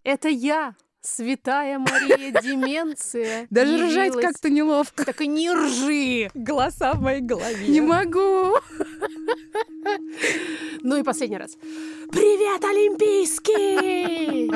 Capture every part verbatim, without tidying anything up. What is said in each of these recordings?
Это я, святая Мария Деменция. Даже явилась. ржать как-то неловко. Так и не ржи! Голоса в моей голове. Не могу. Ну и последний раз. Привет, Олимпийский!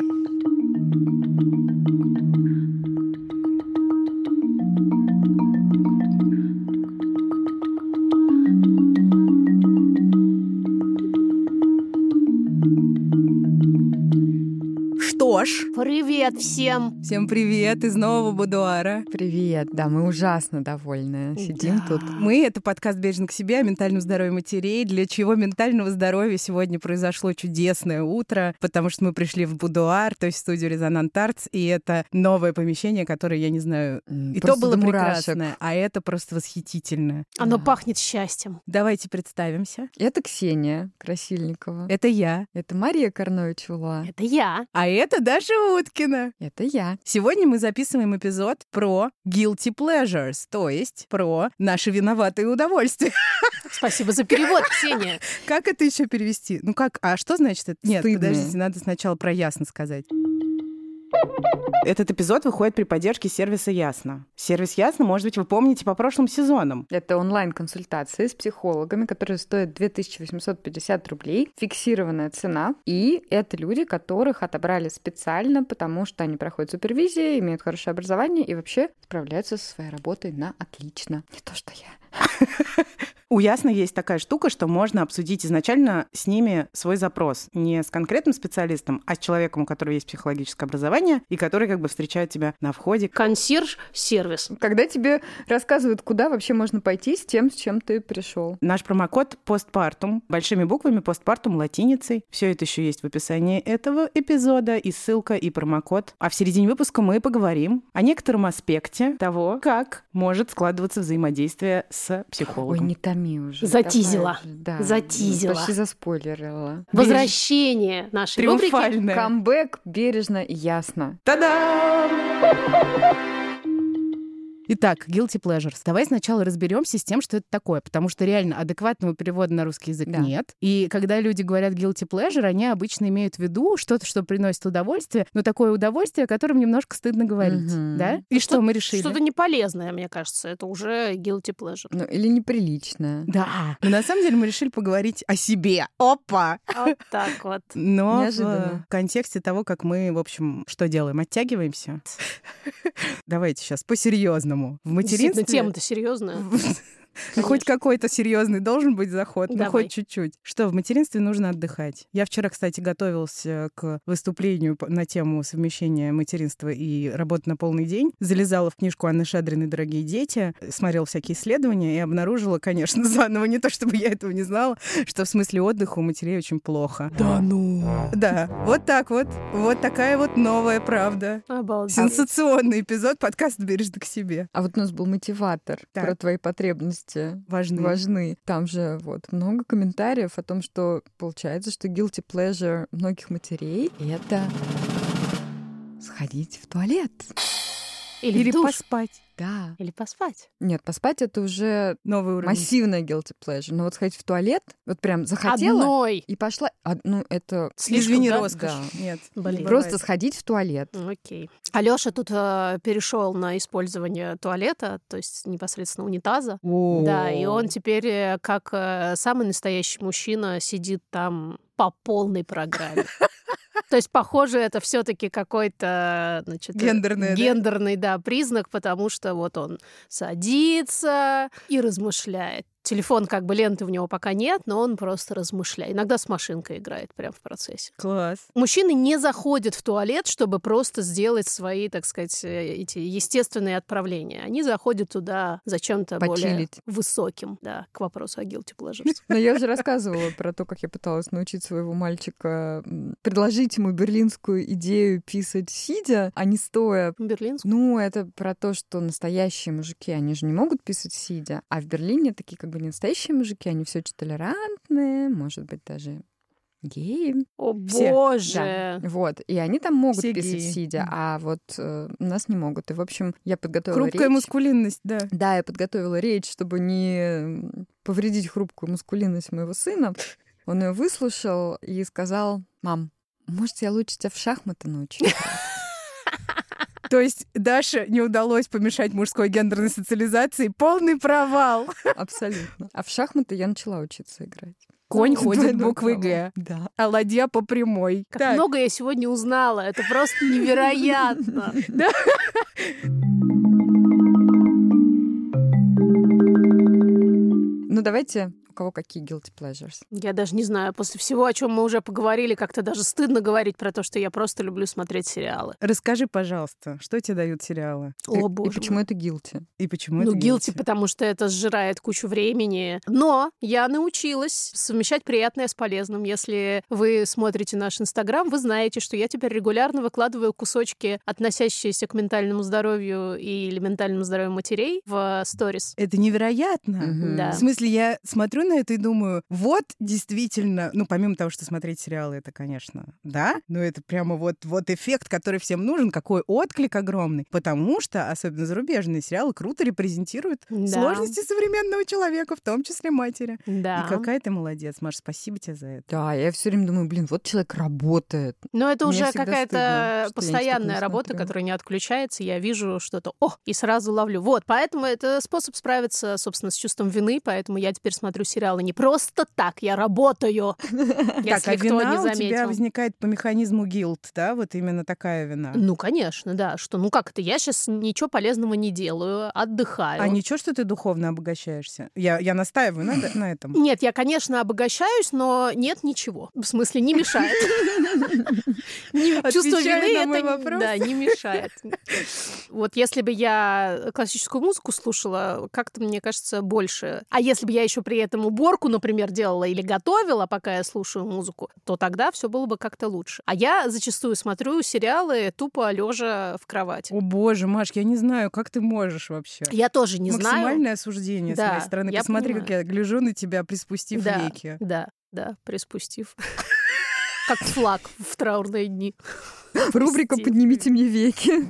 Что ж, Привет всем! всем привет из нового будуара. Привет, да, мы ужасно довольны. Сидим Да. тут. Мы — это подкаст «Бережно к себе» о ментальном здоровье матерей, для чего ментального здоровья сегодня произошло чудесное утро, потому что мы пришли в будуар, то есть в студию «Резонант Артс», и это новое помещение, которое, я не знаю, и то Просто было до мурашек. прекрасное, а это просто восхитительно. Оно Да. пахнет счастьем. Давайте представимся. Это Ксения Красильникова. Это я. Это Мария Корнович-Ула. Это я. А это Даша Уткина. Это я. Сегодня мы записываем эпизод про guilty pleasures, то есть про наши виноватые удовольствия. Спасибо за перевод, Ксения. Как это еще перевести? Ну как? А что значит это? Нет, Стыдные. подождите, надо сначала про ясно сказать. Этот эпизод выходит при поддержке сервиса Ясно. Сервис Ясно, может быть, вы помните по прошлым сезонам. Это онлайн-консультации с психологами, которые стоят две тысячи восемьсот пятьдесят рублей. Фиксированная цена. И это люди, которых отобрали специально, потому что они проходят супервизию, имеют хорошее образование и вообще справляются со своей работой на отлично. Не то, что я. У Ясно есть такая штука, что можно обсудить изначально с ними свой запрос. Не с конкретным специалистом, а с человеком, у которого есть психологическое образование, и который как бы встречает тебя на входе. Консьерж-сервис. Когда тебе рассказывают, куда вообще можно пойти с тем, с чем ты пришел. Наш промокод «Постпартум» большими буквами, «Постпартум» латиницей. Все это еще есть в описании этого эпизода, и ссылка, и промокод. А в середине выпуска мы поговорим о некотором аспекте того, как может складываться взаимодействие с психологом. Ой, не томи уже. Затизила. Давай уже, да. Затизила. Почти заспойлерила. Возвращение нашей рубрики. Триумфальное. Камбэк бережно и ясно. Та-дам! Итак, guilty pleasures. Давай сначала разберемся с тем, что это такое, потому что реально адекватного перевода на русский язык Да. нет. И когда люди говорят guilty pleasure, они обычно имеют в виду что-то, что приносит удовольствие, но такое удовольствие, о котором немножко стыдно говорить, Мгм. да? И что, мы решили? Что-то неполезное, мне кажется. Это уже guilty pleasure. Ну, или неприличное. Да. Но на самом деле мы решили поговорить о себе. Опа! Вот так вот. Но Неожиданно. в контексте того, как мы, в общем, что делаем? Оттягиваемся? Давайте сейчас по-серьезному. В Действительно, материнстве... тема-то серьезная. Ну, хоть какой-то серьезный должен быть заход, ну, Давай. хоть чуть-чуть. Что, в материнстве нужно отдыхать. Я вчера, кстати, готовилась к выступлению по- на тему совмещения материнства и работы на полный день. Залезала в книжку Анны Шадриной «Дорогие дети», смотрела всякие исследования и обнаружила, конечно, заново, не то чтобы я этого не знала, что в смысле отдыха у матерей очень плохо. Да ну. Да, вот так вот. Вот такая вот новая правда. Обалдеть. Сенсационный эпизод подкаста «Бережно к себе». А вот у нас был мотиватор Так. про твои потребности. Важны. Важны. Там же вот много комментариев о том, что получается, что guilty pleasure многих матерей — это сходить в туалет. Или, Или в душ. поспать. Да. Или поспать. Нет, поспать — это уже Новый уровень. массивная guilty pleasure. Но вот сходить в туалет, вот прям захотела Одной. и пошла. А, ну, это Слишком, Извини, да? роскошь. Да. Нет. Блин. не просто бывает. сходить в туалет. Окей. Алёша тут э, перешел на использование туалета, то есть непосредственно унитаза. Да, и он теперь, э, как э, самый настоящий мужчина, сидит там по полной программе. То есть, похоже, это все-таки какой-то, значит, Гендерный, да? гендерный, да, признак, потому что вот он садится и размышляет. Телефон, как бы ленты у него пока нет, но он просто размышляет. Иногда с машинкой играет прямо в процессе. Класс. Мужчины не заходят в туалет, чтобы просто сделать свои, так сказать, эти естественные отправления. Они заходят туда за чем-то более Почилить. высоким, да, к вопросу о guilty pleasures. Но я уже рассказывала про то, как я пыталась научить своего мальчика м, предложить ему берлинскую идею писать сидя, а не стоя. Берлинск. Ну, это про то, что настоящие мужики, они же не могут писать сидя, а в Берлине такие как бы не настоящие мужики, они все очень толерантные, может быть, даже геи. О, Все. боже! Да. Вот. И они там могут Все писать геи. сидя, а вот э, у нас не могут. И, в общем, я подготовила Хрупкая речь. мускулинность, да. Да, я подготовила речь, чтобы не повредить хрупкую мускулинность моего сына. Он ее выслушал и сказал: «Мам, Может, я лучше тебя в шахматы научу? То есть Даше не удалось помешать мужской гендерной социализации. Полный провал. Абсолютно. А в шахматы я начала учиться играть. Конь Ну, ходит да, буквы да, Г, да. а ладья по прямой. Как Так. много я сегодня узнала. Это просто невероятно. Да. Ну, давайте, у кого какие guilty pleasures? Я даже не знаю, после всего, о чем мы уже поговорили, как-то даже стыдно говорить про то, что я просто люблю смотреть сериалы. Расскажи, пожалуйста, что тебе дают сериалы? О, И боже почему мой. это guilty? И почему Ну, это guilty, guilty? потому что это сжирает кучу времени. Но я научилась совмещать приятное с полезным. Если вы смотрите наш Инстаграм, вы знаете, что я теперь регулярно выкладываю кусочки, относящиеся к ментальному здоровью или ментальному здоровью матерей в сторис. Это невероятно. Мгм. Да. В смысле, я смотрю на это и думаю, вот действительно, ну, помимо того, что смотреть сериалы, это, конечно, да, но это прямо вот, вот эффект, который всем нужен, какой отклик огромный, потому что, особенно зарубежные сериалы, круто репрезентируют Да. сложности современного человека, в том числе матери. Да. И какая ты молодец, Маш, спасибо тебе за это. Да, я все время думаю, блин, вот человек работает. Но это Мне уже всегда какая-то стыдно, что я ничего постоянная не работа, смотрю. которая не отключается. Я вижу что-то, о, и сразу ловлю. Вот, поэтому это способ справиться, собственно, с чувством вины, поэтому я теперь смотрю сериалы не просто так, я работаю, Так, если а кто вина не у тебя заметил. возникает по механизму guilt, да? Вот именно такая вина. Ну, конечно, да. Что, ну как это? Я сейчас ничего полезного не делаю, отдыхаю. А ничего, что ты духовно обогащаешься? Я, я настаиваю на, на этом. Нет, я, конечно, обогащаюсь, но нет ничего. В смысле, не мешает. Не- Чувство Отвечая вины на мой это вопрос. да, не мешает. Вот если бы я классическую музыку слушала, как-то, мне кажется, больше. А если бы я еще при этом уборку, например, делала или готовила, пока я слушаю музыку, то тогда все было бы как-то лучше. А я зачастую смотрю сериалы тупо лежа в кровати. О боже, Маш, я не знаю, как ты можешь вообще. Я тоже не знаю. Максимальное осуждение Да, с моей стороны. я Посмотри, как понимаю. я гляжу на тебя, приспустив Да, веки. да, да, приспустив. Как флаг в траурные дни. Рубрика Стив. «Поднимите мне веки».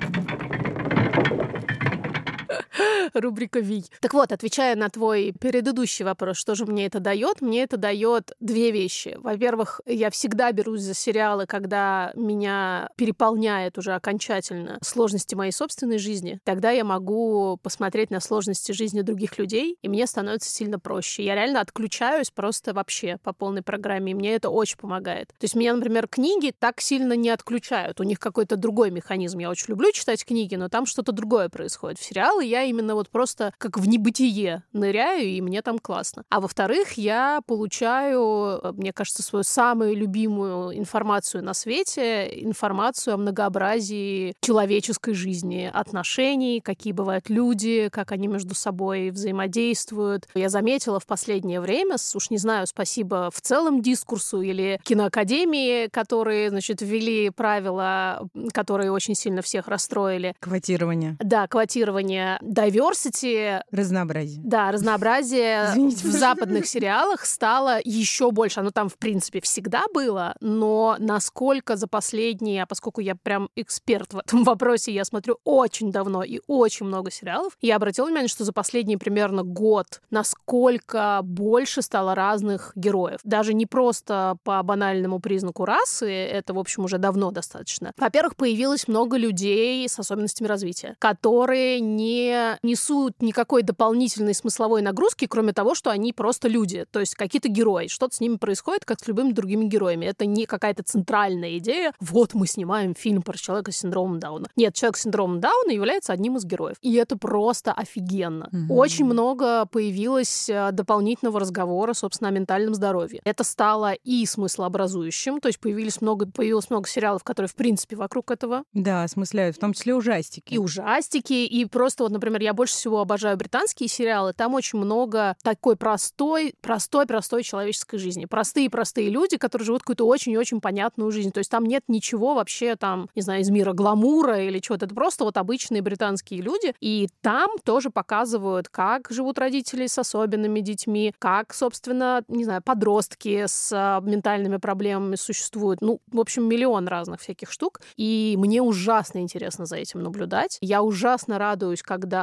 Рубрика «Ви». Так вот, отвечая на твой предыдущий вопрос, что же мне это дает? Мне это дает две вещи. Во-первых, я всегда берусь за сериалы, когда меня переполняет уже окончательно сложности моей собственной жизни. Тогда я могу посмотреть на сложности жизни других людей, и мне становится сильно проще. Я реально отключаюсь просто вообще по полной программе, и мне это очень помогает. То есть меня, например, книги так сильно не отключают. У них какой-то другой механизм. Я очень люблю читать книги, но там что-то другое происходит. В сериалы я именно вот просто как в небытие ныряю, и мне там классно. А во-вторых, я получаю, мне кажется, свою самую любимую информацию на свете, информацию о многообразии человеческой жизни, отношений, какие бывают люди, как они между собой взаимодействуют. Я заметила в последнее время, уж не знаю, спасибо в целом дискурсу или киноакадемии, которые, значит, ввели правила, которые очень сильно всех расстроили. Квотирование. Да, квотирование, diversity, Разнообразие. да, разнообразие Извините, в западных сериалах стало еще больше. Оно там, в принципе, всегда было, но насколько за последние, а поскольку я прям эксперт в этом вопросе, я смотрю очень давно и очень много сериалов, я обратила внимание, что за последние примерно год насколько больше стало разных героев. Даже не просто по банальному признаку расы, это, в общем, уже давно достаточно. Во-первых, появилось много людей с особенностями развития, которые не несут никакой дополнительной смысловой нагрузки, кроме того, что они просто люди, то есть какие-то герои. Что-то с ними происходит, как с любыми другими героями. Это не какая-то центральная идея. Вот мы снимаем фильм про человека с синдромом Дауна. Нет, человек с синдромом Дауна является одним из героев. И это просто офигенно. Mm-hmm. Очень много появилось дополнительного разговора, собственно, о ментальном здоровье. Это стало и смыслообразующим, то есть появилось много, появилось много сериалов, которые, в принципе, вокруг этого. Да, осмысляют, в том числе ужастики. И ужастики, и просто вот, например, я больше всего обожаю британские сериалы, там очень много такой простой, простой-простой человеческой жизни. Простые-простые люди, которые живут какую-то очень-очень понятную жизнь. То есть там нет ничего вообще там, не знаю, из мира гламура или чего-то. Это просто вот обычные британские люди. И там тоже показывают, как живут родители с особенными детьми, как, собственно, не знаю, подростки с ментальными проблемами существуют. Ну, в общем, миллион разных всяких штук. И мне ужасно интересно за этим наблюдать. Я ужасно радуюсь, когда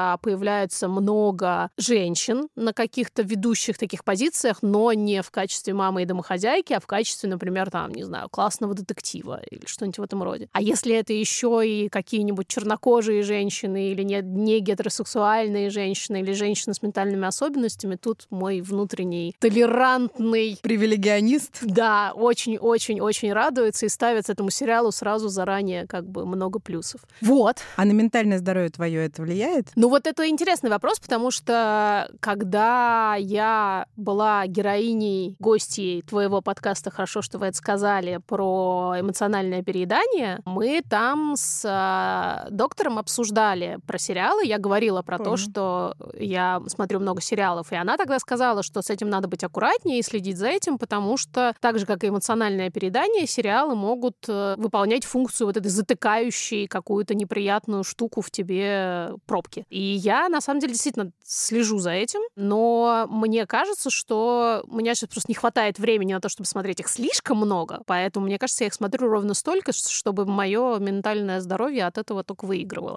когда появляется много женщин на каких-то ведущих таких позициях, но не в качестве мамы и домохозяйки, а в качестве, например, там, не знаю, классного детектива или что-нибудь в этом роде. А если это еще и какие-нибудь чернокожие женщины или не, не гетеросексуальные женщины или женщины с ментальными особенностями, тут мой внутренний толерантный привилегионист. Да, очень-очень-очень радуется и ставит этому сериалу сразу заранее как бы много плюсов. Вот. А на ментальное здоровье твое это влияет? Ну вот это интересный вопрос, потому что когда я была героиней, гостьей твоего подкаста «Хорошо, что вы это сказали» про эмоциональное переедание, мы там с а, доктором обсуждали про сериалы. Я говорила про Помню. то, что я смотрю много сериалов, и она тогда сказала, что с этим надо быть аккуратнее и следить за этим, потому что так же, как и эмоциональное переедание, сериалы могут выполнять функцию вот этой затыкающей какую-то неприятную штуку в тебе пробки. И я, на самом деле, действительно слежу за этим, но мне кажется, что у меня сейчас просто не хватает времени на то, чтобы смотреть их слишком много, поэтому, мне кажется, я их смотрю ровно столько, чтобы мое ментальное здоровье от этого только выигрывало.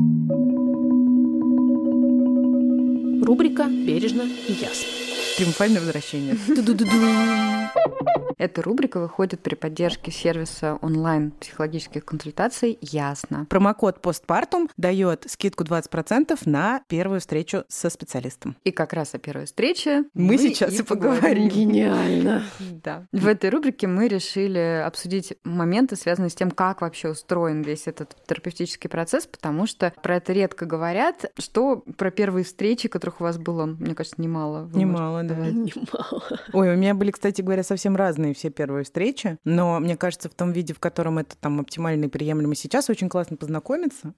Рубрика «Бережно и ясно». Триумфальное возвращение. Эта рубрика выходит при поддержке сервиса онлайн-психологических консультаций «Ясно». Промокод «Постпартум» дает скидку двадцать процентов на первую встречу со специалистом. И как раз о первой встрече мы, мы сейчас и поговорим. поговорим. Гениально. Да. В этой рубрике мы решили обсудить моменты, связанные с тем, как вообще устроен весь этот терапевтический процесс, потому что про это редко говорят. Что про первые встречи, которых у вас было, мне кажется, немало. Вы немало, да. Немало. Ой, у меня были, кстати говоря, совсем разные все первые встречи, но мне кажется, в том виде, в котором это там оптимально и приемлемо сейчас, очень классно познакомиться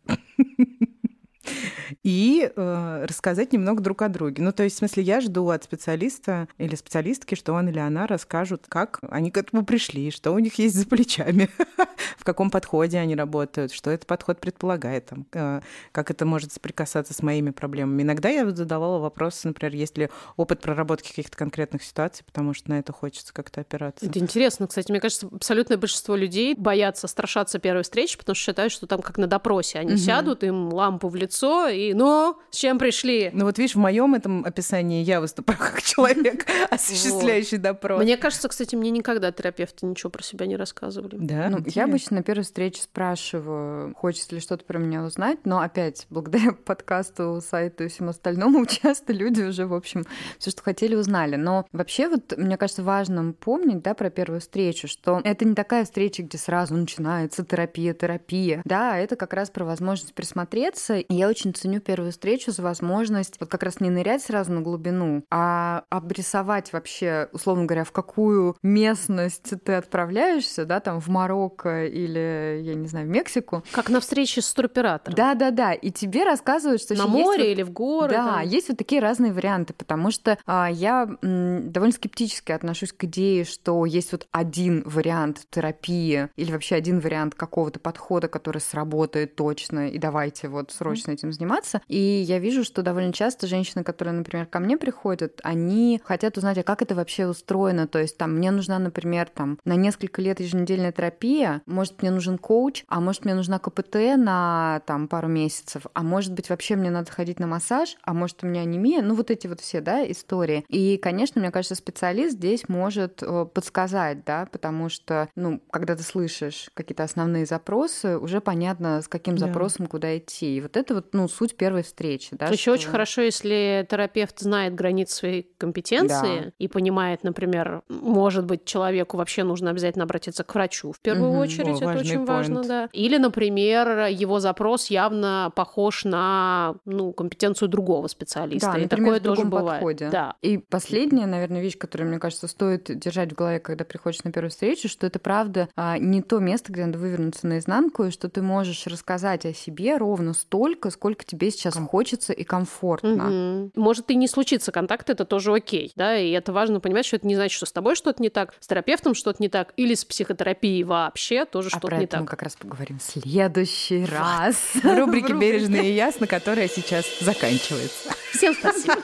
и э, рассказать немного друг о друге. Ну, то есть, в смысле, я жду от специалиста или специалистки, что он или она расскажут, как они к этому пришли, что у них есть за плечами, в каком подходе они работают, что этот подход предполагает, там, э, как это может соприкасаться с моими проблемами. Иногда я задавала вопросы, например, есть ли опыт проработки каких-то конкретных ситуаций, потому что на это хочется как-то опираться. Это интересно, кстати. Мне кажется, абсолютное большинство людей боятся, страшатся первой встречи, потому что считают, что там как на допросе. Они угу. сядут, им лампу в лицо, и ну, с чем пришли? Ну вот видишь, в моем этом описании я выступаю как человек, осуществляющий допрос. Мне кажется, кстати, мне никогда терапевты ничего про себя не рассказывали. Да? Ну, я обычно на первой встрече спрашиваю, хочется ли что-то про меня узнать, но опять, благодаря подкасту, сайту и всему остальному, часто люди уже, в общем, все, что хотели, узнали. Но вообще, вот, мне кажется, важно помнить, да, про первую встречу, что это не такая встреча, где сразу начинается терапия, терапия. Да, это как раз про возможность присмотреться. И я очень ценю первую встречу за возможность вот как раз не нырять сразу на глубину, а обрисовать вообще, условно говоря, в какую местность ты отправляешься, да, там в Марокко или, я не знаю, в Мексику. Как на встрече с туроператором. Да-да-да, и тебе рассказывают, что на море есть или вот, в горы. Да, там. есть вот такие разные варианты, потому что а, я м, довольно скептически отношусь к идее, что есть вот один вариант терапии или вообще один вариант какого-то подхода, который сработает точно, и давайте вот срочно mm. этим заниматься. И я вижу, что довольно часто женщины, которые, например, ко мне приходят, они хотят узнать, а как это вообще устроено. То есть там мне нужна, например, там на несколько лет еженедельная терапия, может, мне нужен коуч, а может, мне нужна ка пэ тэ на там пару месяцев, а может быть, вообще мне надо ходить на массаж, а может, у меня анемия. Ну, вот эти вот все, да, истории. И, конечно, мне кажется, специалист здесь может подсказать, да, потому что, ну, когда ты слышишь какие-то основные запросы, уже понятно, с каким да. запросом куда идти. И вот это вот, ну, суть первой встречи. Да, еще что... очень хорошо, если терапевт знает границы своей компетенции да. и понимает, например, может быть, человеку вообще нужно обязательно обратиться к врачу в первую угу. очередь, О, это очень point. важно, да. Или, например, его запрос явно похож на, ну, компетенцию другого специалиста. Да, и например, такое в другом тоже подходе. бывает. Да. И последняя, наверное, вещь, которую, мне кажется, стоит держать в голове, когда приходишь на первую встречу, что это, правда, не то место, где надо вывернуться наизнанку, и что ты можешь рассказать о себе ровно столько, сколько тебе сейчас хочется и комфортно. Угу. Может и не случится контакт, это тоже окей, да, и это важно понимать, что это не значит, что с тобой что-то не так, с терапевтом что-то не так, или с психотерапией вообще тоже а что-то не так. А про это мы как раз поговорим в следующий раз. В рубрике «Бережно и ясно», которая сейчас заканчивается. Всем спасибо.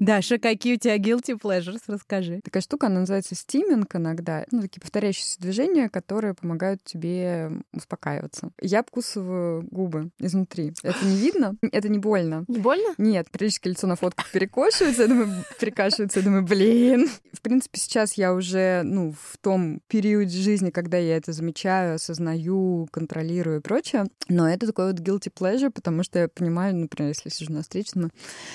Даша, какие у тебя guilty pleasures? Расскажи. Такая штука, она называется стиминг иногда. Ну, такие повторяющиеся движения, которые помогают тебе успокаиваться. Я обкусываю губы изнутри. Это не видно, это не больно. Не больно? Нет, периодически лицо на фотках перекошивается, я думаю, перекашивается, я думаю, блин. В принципе, сейчас я уже, ну, в том периоде жизни, когда я это замечаю, осознаю, контролирую и прочее. Но это такой вот guilty pleasure, потому что я понимаю, например, если сижу на встрече, думаю,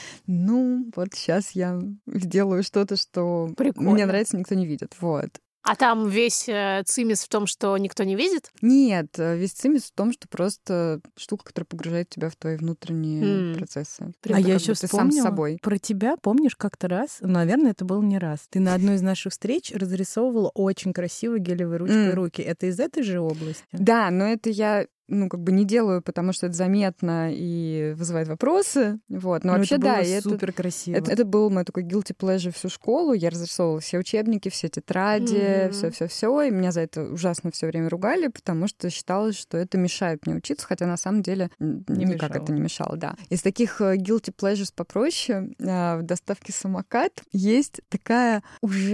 ну, вот сейчас я сделаю что-то, что Прикольно. Мне нравится, никто не видит. Вот. А там весь э, цимис в том, что никто не видит? Нет, весь цимис в том, что просто штука, которая погружает тебя в твои внутренние Mm. процессы. А я Как еще бы ты сам с вспомнила собой. про тебя. Помнишь, как-то раз, наверное, это был не раз, ты на одной из наших встреч разрисовывала очень красиво гелевой ручкой Mm. руки. Это из этой же области? Да, но это я ну, как бы не делаю, потому что это заметно и вызывает вопросы. Вот. Но Ну, вообще, это да, было и это, супер красиво. это, это был мой такой guilty pleasure всю школу. Я разрисовывала все учебники, все тетради, Mm-hmm. все-все-все. И меня за это ужасно все время ругали, потому что считалось, что это мешает мне учиться, хотя на самом деле Не никак мешало. это не мешало, да. Из таких э, guilty pleasures попроще э, в доставке самокат есть такая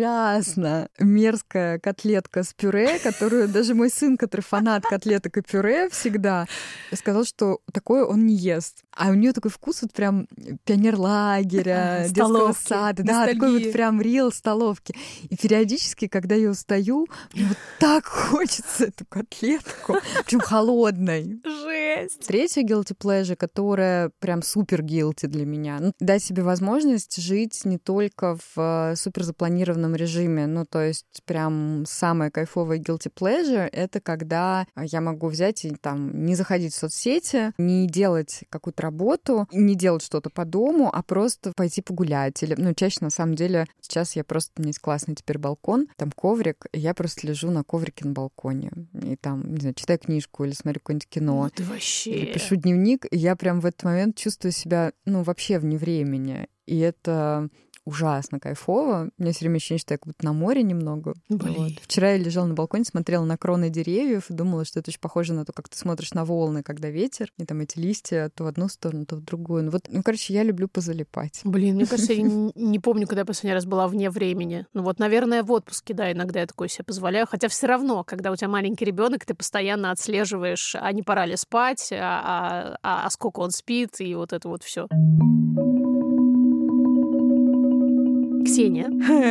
ужасно мерзкая котлетка с пюре, которую даже мой сын, который фанат котлеток и пюре всегда, сказал, что такое он не ест. А у нее такой вкус вот прям пионерлагеря, детского Столовки. сада. Да, такой вот прям рил столовки. И периодически, когда я устаю, мне вот так хочется эту котлетку, причем холодной. Жесть! Третья guilty pleasure, которая прям супер guilty для меня. Ну, дать себе возможность жить не только в супер запланированном режиме. Ну, то есть прям самая кайфовая guilty pleasure — это когда я могу взять и там не заходить в соцсети, не делать какую-то работу, не делать что-то по дому, а просто пойти погулять. Или, ну, чаще, на самом деле, сейчас я просто... У меня есть классный теперь балкон, там коврик, и я просто лежу на коврике на балконе. И там, не знаю, читаю книжку или смотрю какое-нибудь кино. Ну ты вообще... Или пишу дневник, и я прям в этот момент чувствую себя, ну, вообще вне времени. И это ужасно кайфово. У меня все время ощущение, что я как будто на море немного. Блин. Вот. Вчера я лежала на балконе, смотрела на кроны деревьев и думала, что это очень похоже на то, как ты смотришь на волны, когда ветер, и там эти листья то в одну сторону, то в другую. Ну вот, ну, короче, я люблю позалипать. Блин, мне кажется, я не, не помню, когда я последний раз была вне времени. Ну вот, наверное, в отпуске, да, иногда я такое себе позволяю. Хотя все равно, когда у тебя маленький ребенок, ты постоянно отслеживаешь, а не пора ли спать, а, а, а, а сколько он спит, и вот это вот все. Ксения.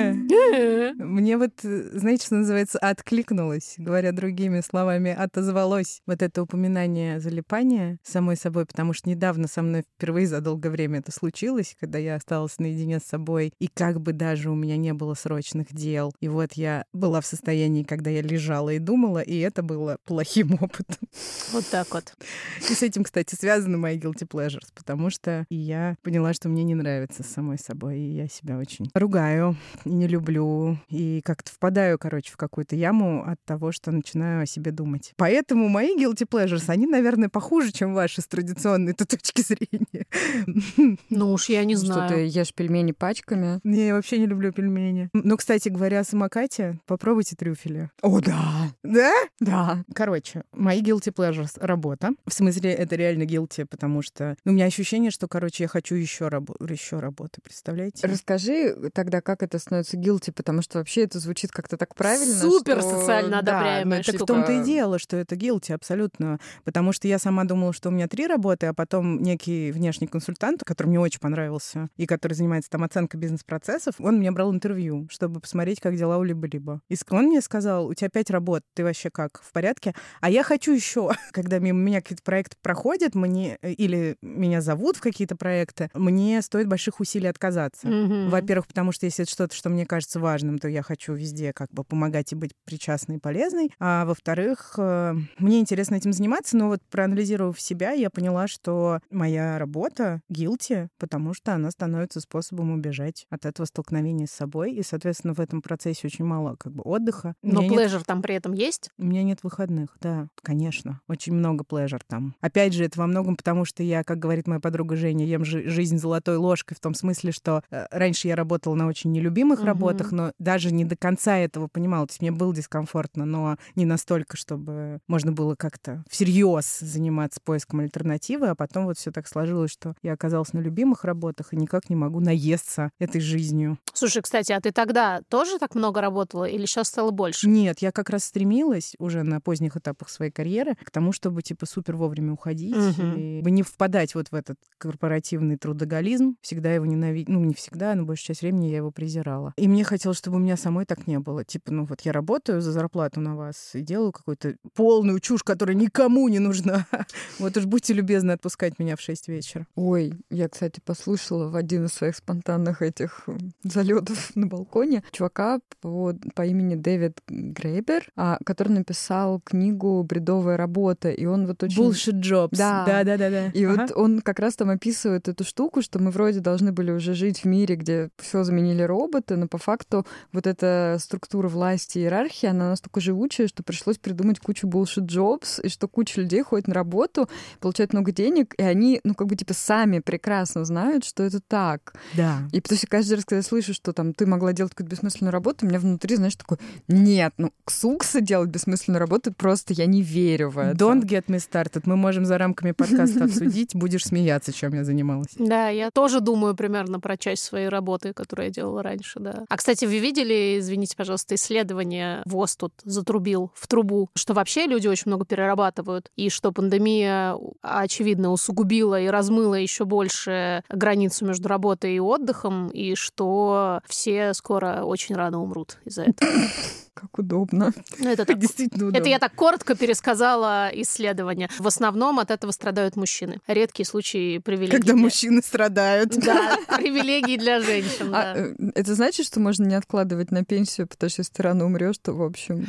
Мне вот, знаете, что называется, откликнулось, говоря другими словами, отозвалось вот это упоминание залипания самой собой, потому что недавно со мной впервые за долгое время это случилось, когда я осталась наедине с собой, и как бы даже у меня не было срочных дел. И вот я была в состоянии, когда я лежала и думала, и это было плохим опытом. Вот так вот. И с этим, кстати, связаны мои guilty pleasures, потому что я поняла, что мне не нравится с самой собой, и я себя очень ругаю и не люблю, и как-то впадаю, короче, в какую-то яму от того, что начинаю о себе думать. Поэтому мои guilty pleasures, они, наверное, похуже, чем ваши с традиционной точки зрения. Ну уж я не знаю. Что ты ешь пельмени пачками? Не, я вообще не люблю пельмени. Но, кстати говоря, о самокате, попробуйте трюфели. О, да! Да? Да. Короче, мои guilty pleasures — работа. В смысле, это реально guilty, потому что у меня ощущение, что, короче, я хочу еще рабо- еще работы, представляете? Расскажи тогда, как это становится guilty, потому что вообще это звучит как-то так правильно, Супер что... социально одобряемая да, штука. Так в том-то и дело, что это guilty абсолютно. Потому что я сама думала, что у меня три работы, а потом некий внешний консультант, который мне очень понравился, и который занимается там оценкой бизнес-процессов, он мне брал интервью, чтобы посмотреть, как дела у либо-либо. И он мне сказал: у тебя пять работ, ты вообще как, в порядке? А я хочу еще. Когда мимо меня какие-то проекты проходят, мне или меня зовут в какие-то проекты, мне стоит больших усилий отказаться. Мгм. Во-первых, потому что если это что-то, что мне кажется важным, то я хочу везде как бы помогать и быть причастной и полезной. А во-вторых, э, мне интересно этим заниматься, но вот проанализировав себя, я поняла, что моя работа guilty, потому что она становится способом убежать от этого столкновения с собой. И, соответственно, в этом процессе очень мало как бы отдыха. У Но меня нет- плежер там при этом есть? у меня нет выходных, да, конечно. Очень много плежер там. Опять же, это во многом потому, что я, как говорит моя подруга Женя, ем жи- жизнь золотой ложкой в том смысле, что э, раньше я работала работала на очень нелюбимых Мгм. работах, но даже не до конца этого понимала. То есть мне было дискомфортно, но не настолько, чтобы можно было как-то всерьез заниматься поиском альтернативы, а потом вот все так сложилось, что я оказалась на любимых работах и никак не могу наесться этой жизнью. Слушай, кстати, а ты тогда тоже так много работала или сейчас стало больше? Нет, я как раз стремилась уже на поздних этапах своей карьеры к тому, чтобы типа супер вовремя уходить Мгм. и не впадать вот в этот корпоративный трудоголизм. Всегда его ненавидела. Ну, не всегда, но большую часть времени я его презирала. И мне хотелось, чтобы у меня самой так не было. Типа, ну вот я работаю за зарплату на вас и делаю какую-то полную чушь, которая никому не нужна. Вот уж будьте любезны отпускать меня в шесть вечера. Ой, я, кстати, послушала в один из своих спонтанных этих залетов на балконе чувака по, по имени Дэвид Грейбер, а, который написал книгу «Бредовая работа», и он вот очень... Bullshit jobs. Да. Да-да-да. И Ага. вот он как раз там описывает эту штуку, что мы вроде должны были уже жить в мире, где все заменили роботы, но по факту вот эта структура власти и иерархии, она настолько живучая, что пришлось придумать кучу bullshit jobs, и что куча людей ходит на работу, получают много денег, и они, ну, как бы, типа, сами прекрасно знают, что это так. Да. И потому что каждый раз, когда я слышу, что там ты могла делать какую-то бессмысленную работу, у меня внутри, знаешь, такой, нет, ну, сукса делать бессмысленную работу, просто я не верю в это. Don't get me started. Мы можем за рамками подкаста обсудить, будешь смеяться, чем я занималась. Да, я тоже думаю примерно про часть своей работы, которую я делала раньше, да. А, кстати, вы видели, извините, пожалуйста, исследование ВОЗ тут затрубил в трубу, что вообще люди очень много перерабатывают, и что пандемия, очевидно, усугубила и размыла еще больше границу между работой и отдыхом, и что все скоро очень рано умрут из-за этого. Как удобно. Ну, это так, Действительно это удобно. я так коротко пересказала исследование. В основном от этого страдают мужчины. Редкие случаи привилегий. Когда для- мужчины страдают. Да, привилегии для женщин, А, да. э, это значит, что можно не откладывать на пенсию, потому что если ты рано умрешь, то, в общем,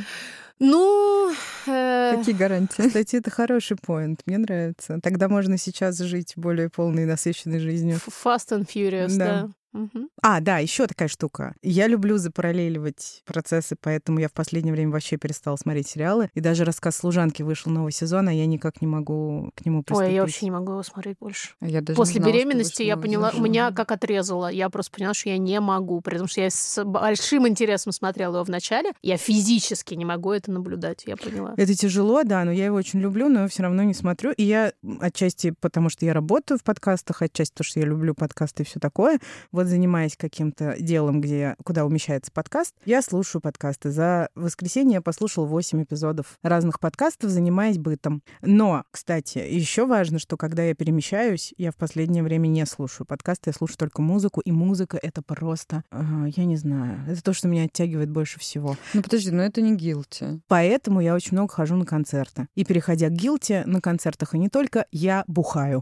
Ну, э, какие гарантии? Кстати, это хороший поинт. Мне нравится. Тогда можно сейчас жить более полной и насыщенной жизнью. Fast and Furious, Да. да. Мгм. А, да, еще такая штука. Я люблю запараллеливать процессы, поэтому я в последнее время вообще перестала смотреть сериалы. И даже «Рассказ служанки» вышел новый сезон, а я никак не могу к нему приступить. Ой, я вообще не могу его смотреть больше. А я даже не После знала, что беременности вышел я новый поняла, сезон. меня как отрезало. Я просто поняла, что я не могу, потому что я с большим интересом смотрела его в начале. Я физически не могу это наблюдать, я поняла. Это тяжело, да, но я его очень люблю, но все равно не смотрю. И я отчасти потому, что я работаю в подкастах, отчасти потому, что я люблю подкасты и все такое. Вот занимаясь каким-то делом, где, куда умещается подкаст, я слушаю подкасты. За воскресенье я послушала восемь эпизодов разных подкастов, занимаясь бытом. Но, кстати, еще важно, что когда я перемещаюсь, я в последнее время не слушаю подкасты, я слушаю только музыку, и музыка — это просто, э, я не знаю, это то, что меня оттягивает больше всего. Ну, подожди, но это не guilty. Поэтому я очень много хожу на концерты. И переходя к гилти, на концертах и не только, я бухаю.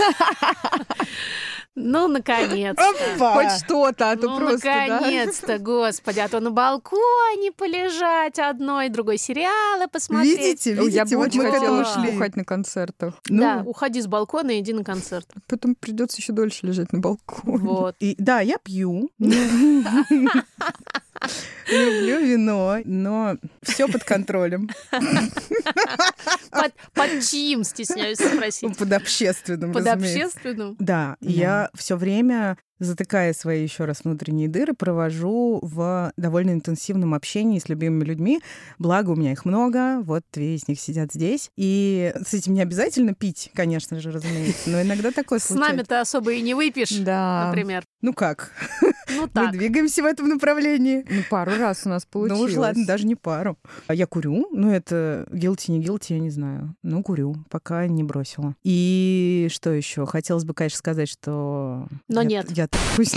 Ну, наконец-то. Хоть что-то, а то Ну, просто, да? наконец-то, господи, а то на балконе полежать одной, другой сериалы посмотреть. Видите, Ой, я видите, бы вот очень мы к этому хотела шли. бухать на концертах. Ну, Да, уходи с балкона и иди на концерт. Потом придется еще дольше лежать на балконе. Вот. и, да, я пью. Люблю вино, но все под контролем. Под, под чьим, стесняюсь спросить? Под общественным, Под разумеется. общественным? Да, и я все время, затыкая свои еще раз внутренние дыры, провожу в довольно интенсивном общении с любимыми людьми. Благо, у меня их много, вот две из них сидят здесь. И с этим не обязательно пить, конечно же, разумеется, но иногда такое С случается. нами-то особо и не выпьешь, Да. например. Ну как? Ну Мы так. двигаемся в этом направлении. Ну, пару раз у нас получилось. Ну уж ладно, даже не пару. А я курю, ну это guilty, не guilty, я не знаю. Ну, курю, пока не бросила. И что еще? Хотелось бы, конечно, сказать, что... Но я, нет. Я трусь.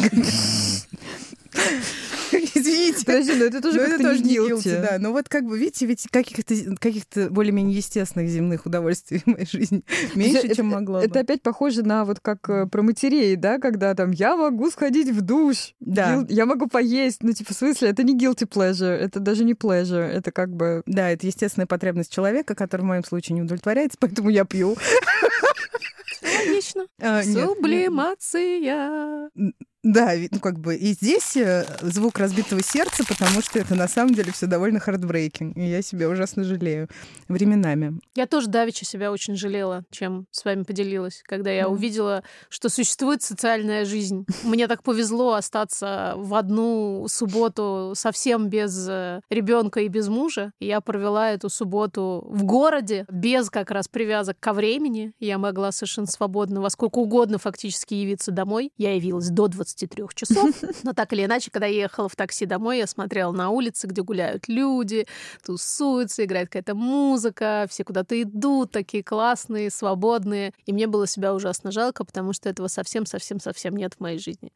Извините. Подожди, но это тоже Но это как-то тоже не не guilty. guilty, да. Но вот как бы, видите, ведь каких-то, каких-то более-менее естественных земных удовольствий в моей жизни меньше, Это- чем могла Это бы. опять похоже на вот как э, про матерей, да, когда там я могу сходить в душ, Да. Guil- я могу поесть. Ну, типа, в смысле, это не guilty pleasure, это даже не pleasure, это как бы... Да, это естественная потребность человека, которая в моем случае не удовлетворяется, поэтому я пью. Логично. А, нет, Сублимация. Да, ну как бы и здесь звук разбитого сердца, потому что это на самом деле все довольно хардбрейкинг, и я себя ужасно жалею временами. Я тоже давеча себя очень жалела, чем с вами поделилась, когда я mm. увидела, что существует социальная жизнь. Мне так повезло остаться в одну субботу совсем без ребенка и без мужа. Я провела эту субботу в городе без как раз привязок ко времени. Я могла совершенно свободно во сколько угодно фактически явиться домой. Я явилась до двадцати трёх часов, но так или иначе, когда я ехала в такси домой, я смотрела на улицы, где гуляют люди, тусуются, играет какая-то музыка, все куда-то идут, такие классные, свободные. И мне было себя ужасно жалко, потому что этого совсем-совсем-совсем нет в моей жизни.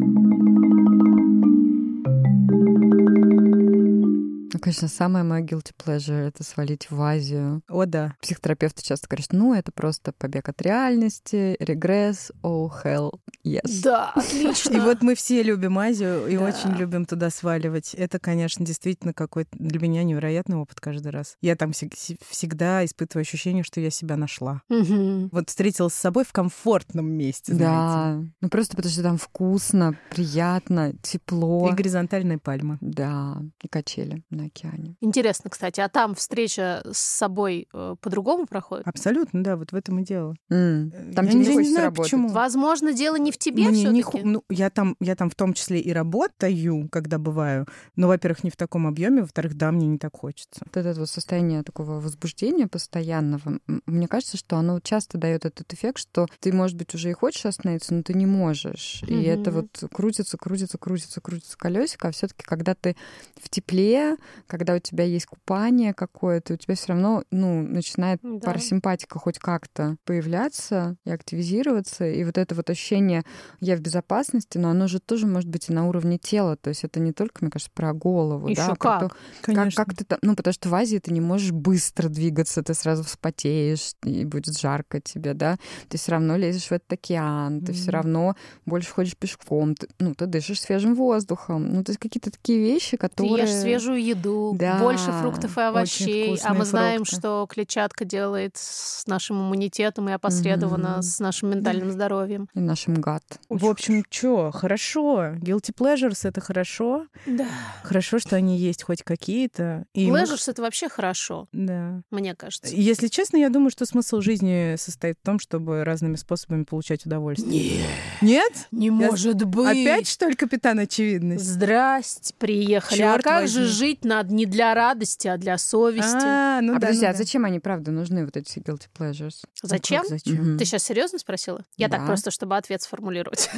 Ну, конечно, самое мое guilty pleasure — это свалить в Азию. О, да. Психотерапевты часто говорят, ну, это просто побег от реальности, регресс, oh, hell, yes. Да, отлично. И вот мы все любим Азию и да. очень любим туда сваливать. Это, конечно, действительно какой-то для меня невероятный опыт каждый раз. Я там всегда испытываю ощущение, что я себя нашла. Угу. Вот встретилась с собой в комфортном месте, знаете. Да, ну просто потому что там вкусно, приятно, тепло. И горизонтальные пальмы. Да, и качели на океане. Интересно, кстати, а там встреча с собой э, по-другому проходит? Абсолютно, да, вот в этом и дело. Mm. Там я тебе не, не хочется не знаю, работать. Почему. Возможно, дело не в тебе Мне всё-таки. Не ху... ну, я, там, я там в том числе и работаю, когда бываю, но, во-первых, не в таком объеме, во-вторых, да, мне не так хочется. Вот это вот состояние такого возбуждения постоянного, мне кажется, что оно часто дает этот эффект, что ты, может быть, уже и хочешь остановиться, но ты не можешь. Mm-hmm. И это вот крутится, крутится, крутится, крутится колесико, а все-таки, когда ты в тепле, когда у тебя есть купание какое-то, у тебя все равно, ну, начинает да. парасимпатика хоть как-то появляться и активизироваться, и вот это вот ощущение «я в безопасности», но оно же тоже может быть и на уровне тела, то есть это не только, мне кажется, про голову, Ещё да, как? Про то, как, как ты там, ну, потому что в Азии ты не можешь быстро двигаться, ты сразу вспотеешь, и будет жарко тебе, да, ты все равно лезешь в этот океан, mm-hmm. ты все равно больше ходишь пешком, ты, ну, ты дышишь свежим воздухом, ну, то есть какие-то такие вещи, которые... Ты ешь свежую еду, да. больше фруктов и овощей, а мы знаем, фрукты. что клетчатка делает с нашим иммунитетом и опосредованно mm-hmm. с нашим ментальным здоровьем. И нашим гад. В общем, чё, хорошо. Guilty pleasures — это хорошо. Да. Хорошо, что они есть хоть какие-то. И pleasures мы... — это вообще хорошо. Да. Мне кажется. Если честно, я думаю, что смысл жизни состоит в том, чтобы разными способами получать удовольствие. Нет. Нет? Не я... может быть. Опять, что ли, капитан очевидность? Здрасте, приехали. Чёрт а как возьми. же жить надо не для радости, а для совести? А, ну а да, подожди, ну а да. зачем они, правда, нужны, вот эти guilty pleasures? Зачем? Ну, зачем? Ты сейчас серьезно спросила? Я да. так просто, чтобы ответ сформулировать.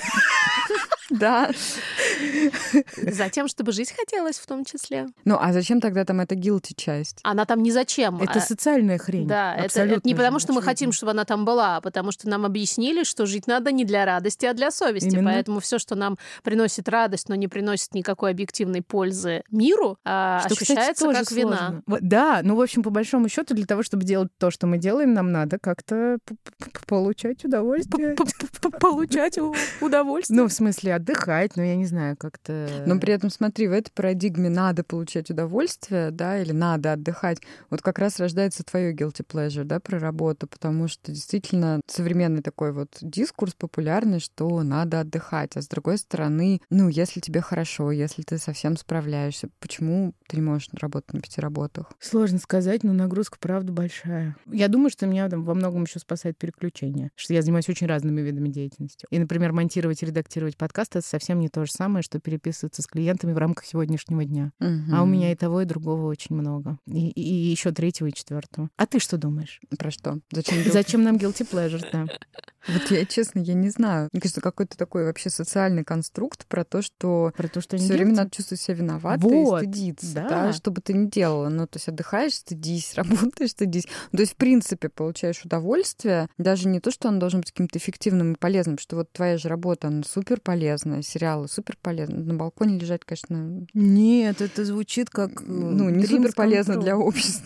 Да. Затем, чтобы жить хотелось в том числе. Ну, а зачем тогда там эта guilty часть? Она там не зачем. Это социальная хрень. Да, это, это не потому, что мы хотим, чтобы она там была, а потому что нам объяснили, что жить надо не для радости, а для совести. Именно. Поэтому все, что нам приносит радость, но не приносит никакой объективной пользы миру, что, ощущается, кстати, как вина. Да, ну, в общем, по большому счету, для того, чтобы делать то, что мы делаем, нам надо как-то получать удовольствие. Получать удовольствие. Ну, в смысле, отдыхать, но я не знаю, как-то... Но при этом, смотри, в этой парадигме надо получать удовольствие, да, или надо отдыхать, вот как раз рождается твое guilty pleasure, да, про работу, потому что действительно современный такой вот дискурс популярный, что надо отдыхать, а с другой стороны, ну, если тебе хорошо, если ты совсем справляешься, почему ты не можешь работать на пяти работах? Сложно сказать, но нагрузка, правда, большая. Я думаю, что меня во многом еще спасает переключение, что я занимаюсь очень разными видами деятельности. И, например, монтировать и редактировать подкаст — это совсем не то же самое, что переписываться с клиентами в рамках сегодняшнего дня. Угу. А у меня и того, и другого очень много. И, и, и еще третьего, и четвертого. А ты что думаешь? Про что? Зачем, guilty... Зачем нам guilty pleasure, да? Вот я, честно, я не знаю. Мне кажется, какой-то такой вообще социальный конструкт про то, что, про то, что все время надо чувствовать себя виноватой вот, и стыдиться, да. да, что бы ты ни делала. Ну, то есть отдыхаешь, стыдись, работаешь, стыдись. Ну, то есть, в принципе, получаешь удовольствие. Даже не то, что оно должно быть каким-то эффективным и полезным, что вот твоя же работа, она супер полезная, сериалы супер полезны. На балконе лежать, конечно... Нет, это звучит как... Ну, не супер полезно для общества.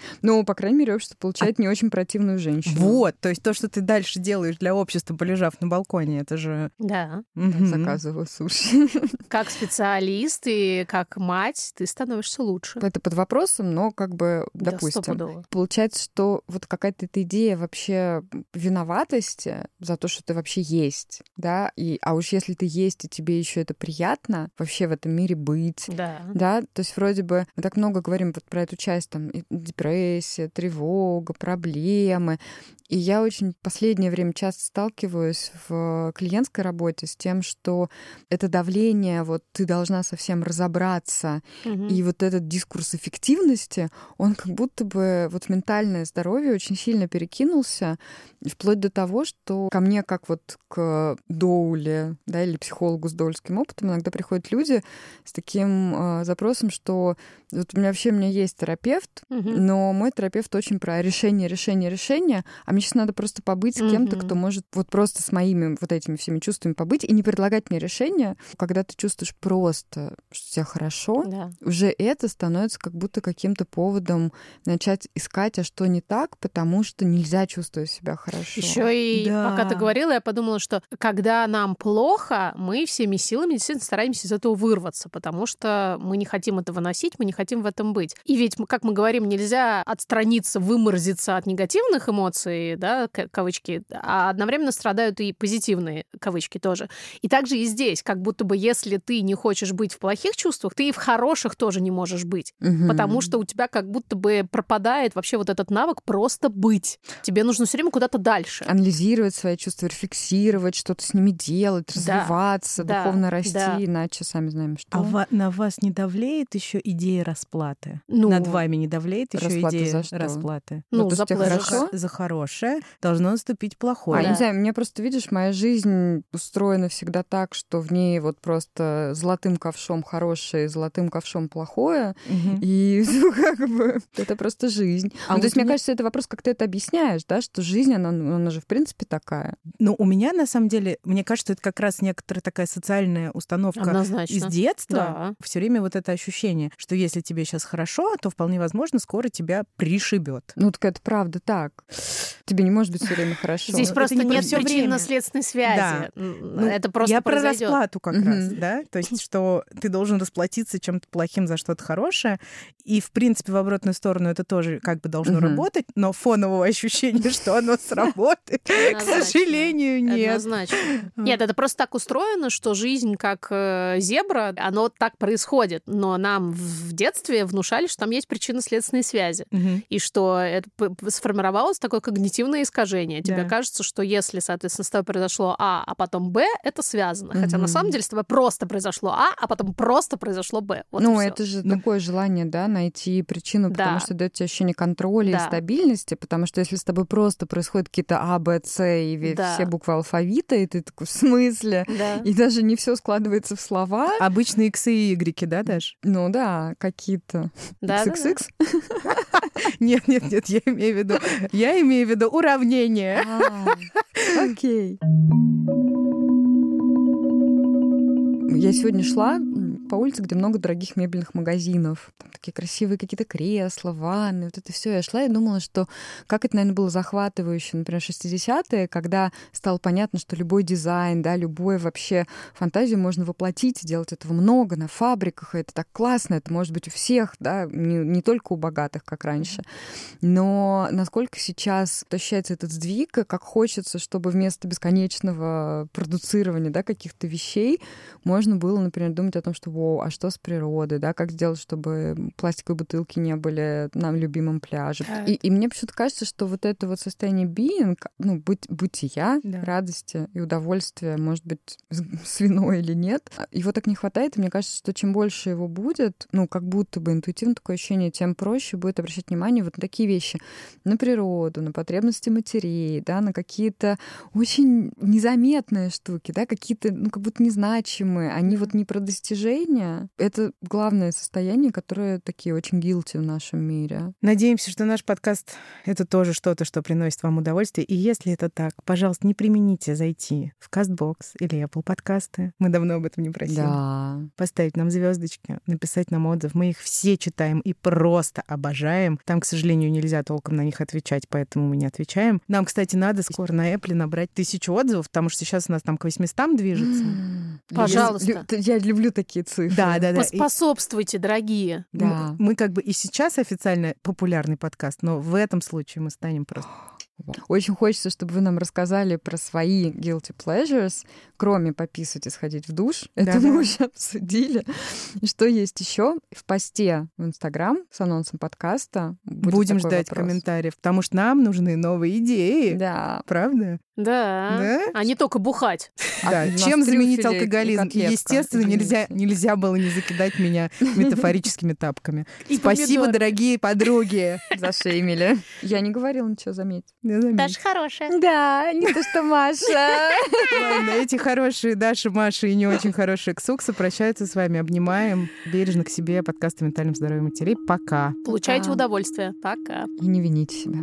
Ну, по крайней мере, общество получает а... не очень противную женщину. Вот, то есть то, что ты дальше делаешь для общества, полежав на балконе, это же... Да. Угу. Заказываю суши. Как специалист и как мать ты становишься лучше. Это под вопросом, но как бы, да, допустим, стопудово. Получается, что вот какая-то эта идея вообще виноватости за то, что ты вообще есть, да, и, а уж если ты есть, и тебе еще это приятно вообще в этом мире быть, да, да, то есть вроде бы мы так много говорим вот про эту часть, там, депрессия, тревога, проблемы, и я очень в последнее время часто сталкиваюсь в клиентской работе с тем, что это давление, вот ты должна совсем разобраться, угу. и вот этот дискурс эффективности, он как будто бы вот в ментальное здоровье очень сильно перекинулся, вплоть до того, что ко мне, как вот к доуле, да, или психологу с доульским опытом, иногда приходят люди с таким э, запросом, что вот у меня вообще у меня есть терапевт, угу. но мой терапевт очень про решение, решение, решение, а мне сейчас надо просто побыть с кем-то, угу. кто может вот просто с моими вот этими всеми чувствами побыть и не предлагать мне решения. Когда ты чувствуешь просто, что у тебя хорошо, да. уже это становится как будто каким-то поводом начать искать, а что не так, потому что нельзя чувствовать себя хорошо. Еще и да. пока ты говорила, я подумала, что когда нам плохо, мы всеми силами действительно стараемся из этого вырваться, потому что мы не хотим это выносить, мы не хотим в этом быть. И ведь, как мы говорим, нельзя отстраниться, выморозиться от негативных эмоций, да, кавычки, а одновременно страдают и позитивные кавычки тоже. И также и здесь, как будто бы если ты не хочешь быть в плохих чувствах, ты и в хороших тоже не можешь быть, угу. потому что у тебя как будто бы пропадает вообще вот этот навык просто быть. Тебе нужно все время куда-то дальше. Анализировать свои чувства, рефлексировать, что-то с ними делать, развиваться, да, духовно да, расти, да. иначе сами знаем, что. А ва- на вас не давлеет еще идея расплаты? Ну, Над вами не давлеет еще идея за что? расплаты? Ну, вот за хорошо? За хорошее должно наступить плохое. А, да. не знаю, мне просто, видишь, моя жизнь устроена всегда так, что в ней вот просто золотым ковшом хорошее, золотым ковшом плохое, угу. и ну, как бы это просто жизнь. А ну, вот то есть, мне мне кажется, это вопрос, как ты это объясняешь, да, что жизнь, она, она же в принципе такая. Ну, у меня, на самом деле, мне кажется, это как раз некоторая такая социальная установка Однозначно. из детства. Да. Все время вот это ощущение, что если тебе сейчас хорошо, то вполне возможно, скоро тебя пришибет. Ну, так это правда так. Тебе не может быть все время хорошо. Здесь это просто не нет всё причинно-следственной связи. Да. Ну, это просто я произойдет. про расплату как Мгм. раз, да? То есть, что ты должен расплатиться чем-то плохим за что-то хорошее, и, в принципе, в обратную сторону это тоже как бы должно Мгм. работать, но фонового ощущения, что оно сработает, к Однозначно. сожалению, нет. Однозначно. Нет, это просто так устроено, что жизнь как э, зебра, оно так происходит. Но нам в детстве внушали, что там есть причинно-следственные связи. Мгм. И что это п- п- сформировалось такое когнитивное искажение. Тебе Да. кажется, что если, соответственно, с тобой произошло А, а потом Б, это связано. Хотя на Мгм. самом деле с тобой просто произошло А, а потом просто произошло Б. Вот и ну, всё. это же Ну. такое желание, да, найти причину, потому Да. что дает тебе ощущение контроля Да. и стабильности, потому что если с тобой просто происходят какие-то А, Б, С и ве- Да. все буквы алфавита, и ты такой, в смысле? Да. И даже не все складывается в слова. Обычные иксы и игреки, да, Даш? Ну да, какие-то. Да, да, икс икс икс. Нет, нет, нет, я имею в виду, я имею в виду уравнение. А, Окей. Я сегодня шла м, по улице, где много дорогих мебельных магазинов. Там такие красивые какие-то кресла, ванны, вот это все. Я шла и думала, что как это, наверное, было захватывающе, например, шестидесятые, когда стало понятно, что любой дизайн, да, любую вообще фантазию можно воплотить, сделать этого много на фабриках, и это так классно, это может быть у всех, да, не, не только у богатых, как раньше. Но насколько сейчас ощущается этот сдвиг, и как хочется, чтобы вместо бесконечного продуцирования, да, каких-то вещей можно было, например, думать о том, что «Воу, а что с природой, да, как сделать, чтобы пластиковые бутылки не были на любимом пляже». Так. И, и мне почему-то кажется, что вот это вот состояние being, ну, быть, бытия, Да. радости и удовольствия, может быть, свиное или нет, его так не хватает, и мне кажется, что чем больше его будет, ну, как будто бы интуитивно такое ощущение, тем проще будет обращать внимание вот на такие вещи, на природу, на потребности матерей, да, на какие-то очень незаметные штуки, да, какие-то, ну, как будто незначимые, они вот не про достижение, состояние — это главное состояние, которое такие очень guilty в нашем мире. Надеемся, что наш подкаст — это тоже что-то, что приносит вам удовольствие. И если это так, пожалуйста, не примените зайти в CastBox или Apple подкасты. Мы давно об этом не просили. Да. Поставить нам звездочки, написать нам отзыв. Мы их все читаем и просто обожаем. Там, к сожалению, нельзя толком на них отвечать, поэтому мы не отвечаем. Нам, кстати, надо скоро на Apple набрать тысячу отзывов, потому что сейчас у нас там к восьмистам движется. Пожалуйста. Я, я люблю такие цифры. Да, да, да. Поспособствуйте, дорогие. Да. Мы, мы как бы и сейчас официально популярный подкаст, но в этом случае мы станем просто... Очень хочется, чтобы вы нам рассказали про свои guilty pleasures, кроме пописать и сходить в душ. Это Да-да. мы уже обсудили. Что есть еще в посте в Инстаграм с анонсом подкаста? Будем ждать вопрос. комментариев, потому что нам нужны новые идеи. Да. Правда? Да. Да? А не только бухать. Да. А Чем заменить трюфели и алкоголизм? И, котлетка, естественно, извините. нельзя, нельзя было не закидать меня метафорическими тапками. И Спасибо, помидоры. дорогие подруги. Зашеймили. Я не говорила ничего, заметь. Не заметь. Даша хорошая. Да, не то что Маша. Ладно, эти хорошие Даша, Маша и не очень хорошие Ксукса прощаются с вами. Обнимаем. Бережно к себе. Подкаст о ментальном здоровье матерей. Пока. Получайте Да. удовольствие. Пока. И не вините себя.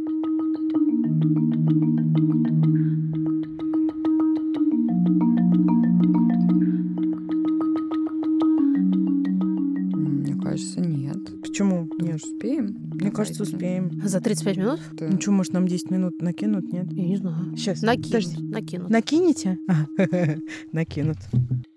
Мне кажется, нет. Почему? Нет, Нет. успеем? Мне кажется, успеем. За тридцать пять минут? Да. Ну что, может, нам десять минут накинут, нет? Я не знаю. Сейчас. Накинут. Подожди. Накинут. Накинете? А, накинут.